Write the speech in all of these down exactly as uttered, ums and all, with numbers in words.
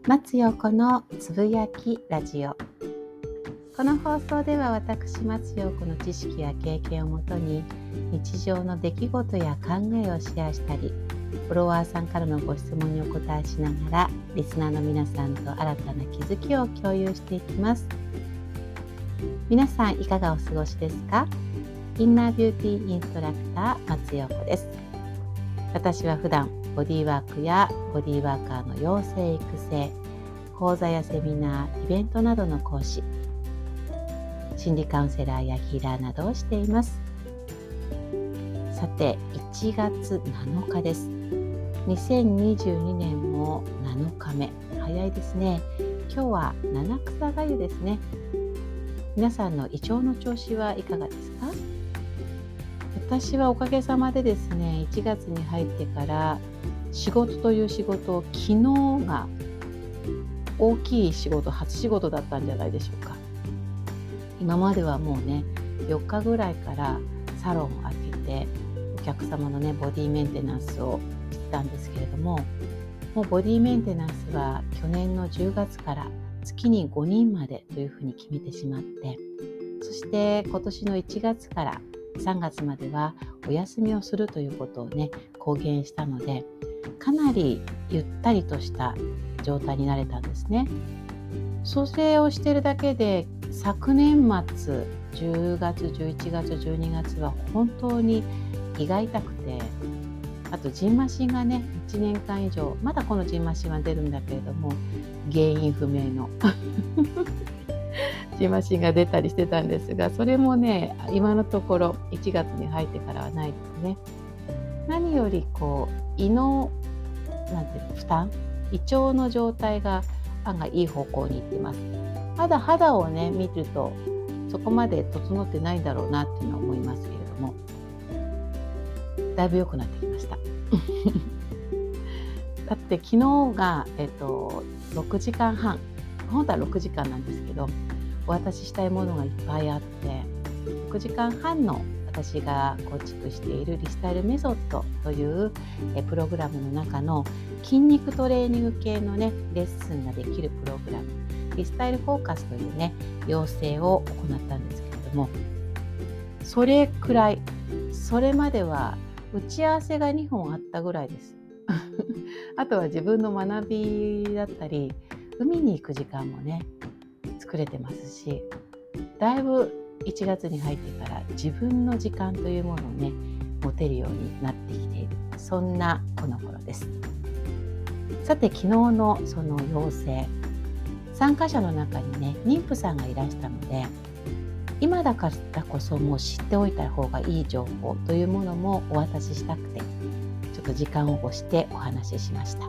松陽子のつぶやきラジオ。この放送では私松陽子の知識や経験をもとに日常の出来事や考えをシェアしたり、フォロワーさんからのご質問にお答えしながらリスナーの皆さんと新たな気づきを共有していきます。皆さんいかがお過ごしですか？インナービューティーインストラクター松陽子です。私は普段ボディーワークやボディーワーカーの養成育成、講座やセミナー、イベントなどの講師、心理カウンセラーやヒーラーなどをしています。さて、いちがつなのかです。にせんにじゅうにねんもなのかめ、早いですね。今日は七草がゆですね。皆さんの胃腸の調子はいかがですか？私はおかげさまでですね、いちがつに入ってから仕事という仕事を昨日が大きい仕事、初仕事だったんじゃないでしょうか。今まではもうね、よっかぐらいからサロンを開けてお客様のね、ボディメンテナンスをしてたんですけれども、もうボディメンテナンスは去年のじゅうがつから月にごにんまでというふうに決めてしまって、そして今年のいちがつからさんがつまではお休みをするということをね、公言したので、かなりゆったりとした状態になれたんですね。それをしているだけで、昨年末じゅうがつ、じゅういちがつ、じゅうにがつは本当に胃が痛くて、あとジンマシンがね、いちねんかん以上、まだこのジンマシンは出るんだけれども、原因不明のジンマシンが出たりしてたんですが、それもね、今のところいちがつに入ってからはないですね。何よりこう胃のなんていうの負担、胃腸の状態が案外いい方向に行っています。まだ肌をね見るとそこまで整ってないんだろうなっていうのは思いますけれども、だいぶ良くなってきましただって昨日が、えっと、ろくじかんはん、本当はろくじかんなんですけど、お渡ししたいものがいっぱいあって、ろくじかんはんの私が構築しているリスタイルメソッドというえプログラムの中の筋肉トレーニング系のねレッスンができるプログラム、リスタイルフォーカスというね養成を行ったんですけれども、それくらい、それまでは打ち合わせがにほんあったぐらいですあとは自分の学びだったり、海に行く時間もね作れてますし、だいぶいちがつに入ってから自分の時間というものをね持てるようになってきている、そんなこの頃です。さて、昨日のその養成、参加者の中にね妊婦さんがいらしたので、今だからこそもう知っておいた方がいい情報というものもお渡ししたくて、ちょっと時間を押してお話ししました。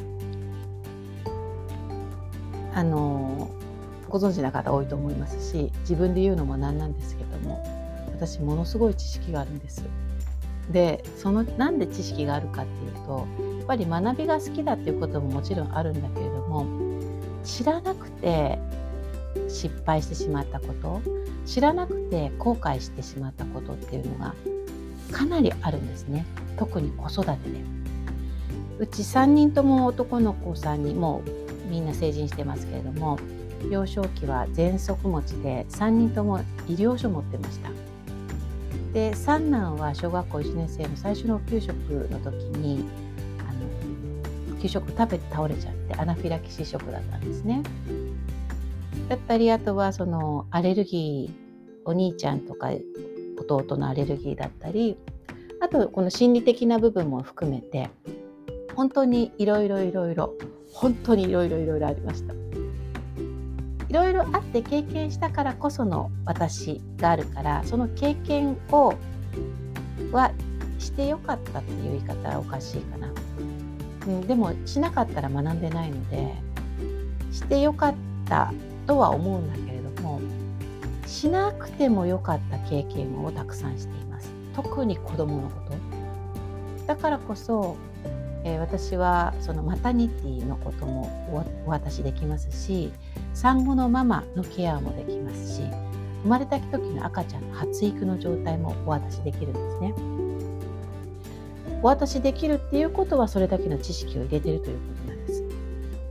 あのご存知な方多いと思いますし、自分で言うのもなんなんですけども、私ものすごい知識があるんです。で、そのなんで知識があるかっていうと、やっぱり学びが好きだっていうことももちろんあるんだけれども、知らなくて失敗してしまったこと、知らなくて後悔してしまったことっていうのがかなりあるんですね。特に子育てで。うちさんにんとも男の子さんにん、もうみんな成人してますけれども、幼少期は喘息持ちでさんにんとも医療書持ってました。で、三男は小学校いちねん生の最初の給食の時にあの給食食べて倒れちゃってアナフィラキシーショックだったんですね。だったり、あとはそのアレルギー、お兄ちゃんとか弟のアレルギーだったり、あとこの心理的な部分も含めて、本当にいろいろいろいろ本当にいろいろいろいろありました。いろいろあって経験したからこその私があるから、その経験をはしてよかったっていう言い方はおかしいかな、うん、でもしなかったら学んでないので、してよかったとは思うんだけれども、しなくてもよかった経験をたくさんしています。特に子供のことだからこそ、えー、私はそのマタニティのこともお渡しできますし、産後のママのケアもできますし、生まれた時の赤ちゃんの発育の状態もお渡しできるんですね。お渡しできるっていうことは、それだけの知識を入れているということなんです。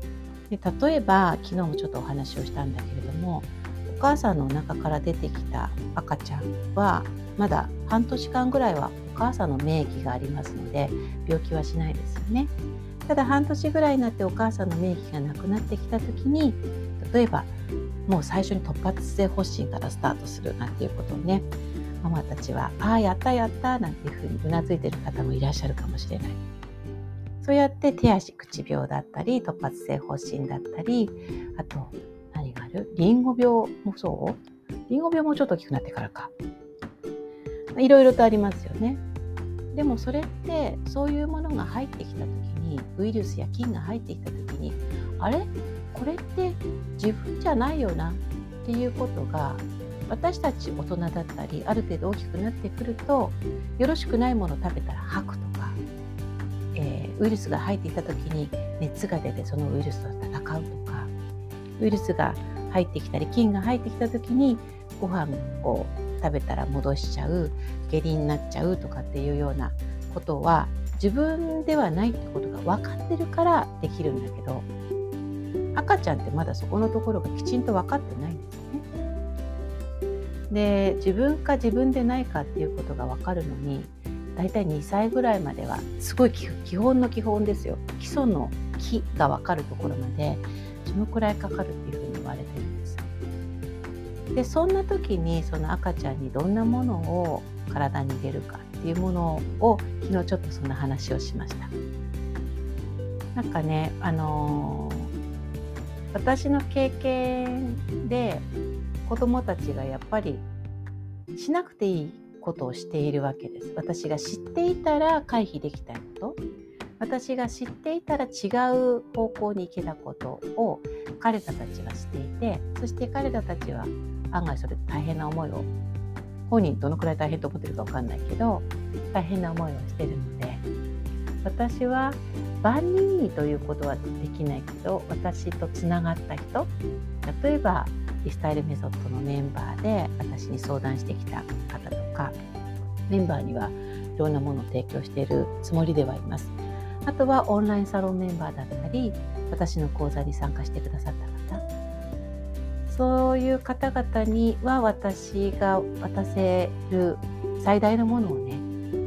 で例えば昨日もちょっとお話をしたんだけれども、お母さんのお腹から出てきた赤ちゃんはまだ半年間ぐらいはお母さんの免疫がありますので病気はしないですよね。ただ半年ぐらいになってお母さんの免疫がなくなってきた時に、例えばもう最初に突発性発疹からスタートするなんていうことをね、ママたちはああやったやったなんていうふうにうなずいている方もいらっしゃるかもしれない。そうやって手足口病だったり突発性発疹だったり、あと何がある、リンゴ病もそう、リンゴ病もちょっと大きくなってからか、いろいろとありますよね。でもそれってそういうものが入ってきた時に、ウイルスや菌が入ってきた時に、あれこれって自分じゃないよなっていうことが、私たち大人だったりある程度大きくなってくると、よろしくないものを食べたら吐くとか、えー、ウイルスが入っていた時に熱が出てそのウイルスと戦うとか、ウイルスが入ってきたり菌が入ってきた時にご飯を食べたら戻しちゃう、下痢になっちゃうとかっていうようなことは自分ではないってことが分かってるからできるんだけど、赤ちゃんってまだそこのところがきちんと分かってないんですよね。で、自分か自分でないかっていうことが分かるのに、だいたいにさいぐらいまではすごい基本の基本ですよ。基礎の基が分かるところまでそのくらいかかるっていうふうに言われてるんです。で、そんな時にその赤ちゃんにどんなものを体に入れるかっていうものを昨日ちょっとそんな話をしました。なんかね、あのー、私の経験で子どもたちがやっぱりしなくていいことをしているわけです。私が知っていたら回避できたこと、私が知っていたら違う方向に行けたことを彼らたちはしていて、そして彼らたちは案外それで大変な思いを、本人どのくらい大変と思ってるか分かんないけど大変な思いをしているので、私は万人にということはできないけど、私とつながった人、例えばリスタイルメソッドのメンバーで私に相談してきた方とか、メンバーにはいろんなものを提供しているつもりではいます。あとはオンラインサロンメンバーだったり、私の講座に参加してくださった方、そういう方々には私が渡せる最大のものをね、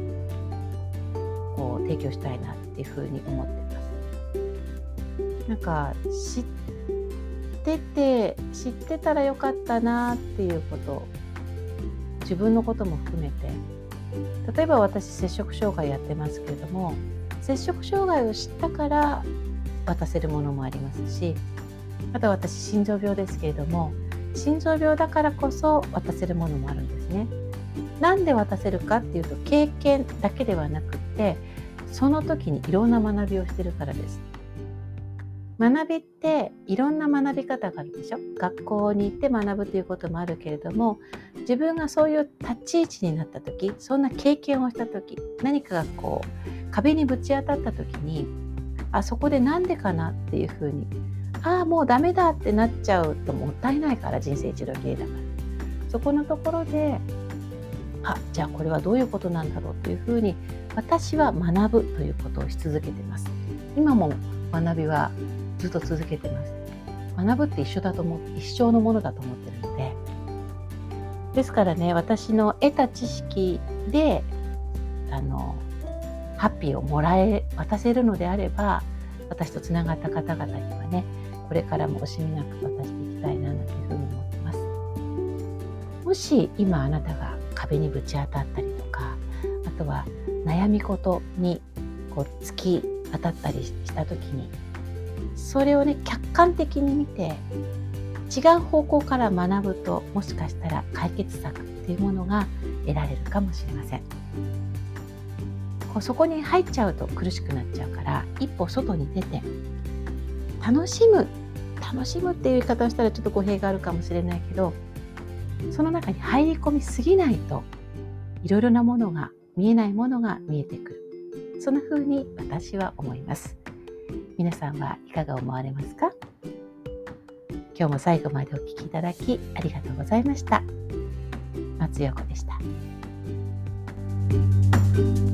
こう提供したいなっていうふうに思ってます。なんか知ってて知ってたらよかったなっていうこと、自分のことも含めて、例えば私摂食障害やってますけれども、摂食障害を知ったから渡せるものもありますし、あとは私心臓病ですけれども、心臓病だからこそ渡せるものもあるんですね。なんで渡せるかっていうと、経験だけではなくってその時にいろんな学びをしてるからです。学びっていろんな学び方があるでしょ。学校に行って学ぶということもあるけれども、自分がそういう立ち位置になった時、そんな経験をした時、何かがこう壁にぶち当たった時に、あそこでなんでかなっていうふうに、ああもうダメだってなっちゃうともったいないから、人生一度きりだから、そこのところで、あ、じゃあこれはどういうことなんだろうというふうに私は学ぶということをし続けています。今も学びはずっと続けてます。学ぶって一緒だと思って、一生のものだと思ってるので、ですからね、私の得た知識であのハッピーをもらえ渡せるのであれば、私とつながった方々にはね、これからも惜しみなく渡していきたいなというふうに思ってます。もし今あなたが壁にぶち当たったりとか、あとは悩み事にこう突き当たったりした時に、それをね客観的に見て違う方向から学ぶと、もしかしたら解決策っていうものが得られるかもしれません。こうそこに入っちゃうと苦しくなっちゃうから、一歩外に出て楽しむ楽しむっていう言い方をしたらちょっと語弊があるかもしれないけど、その中に入り込みすぎないといろいろなものが、見えないものが見えてくる。そんな風に私は思います。皆さんはいかが思われますか？今日も最後までお聞きいただきありがとうございました。松陽子でした。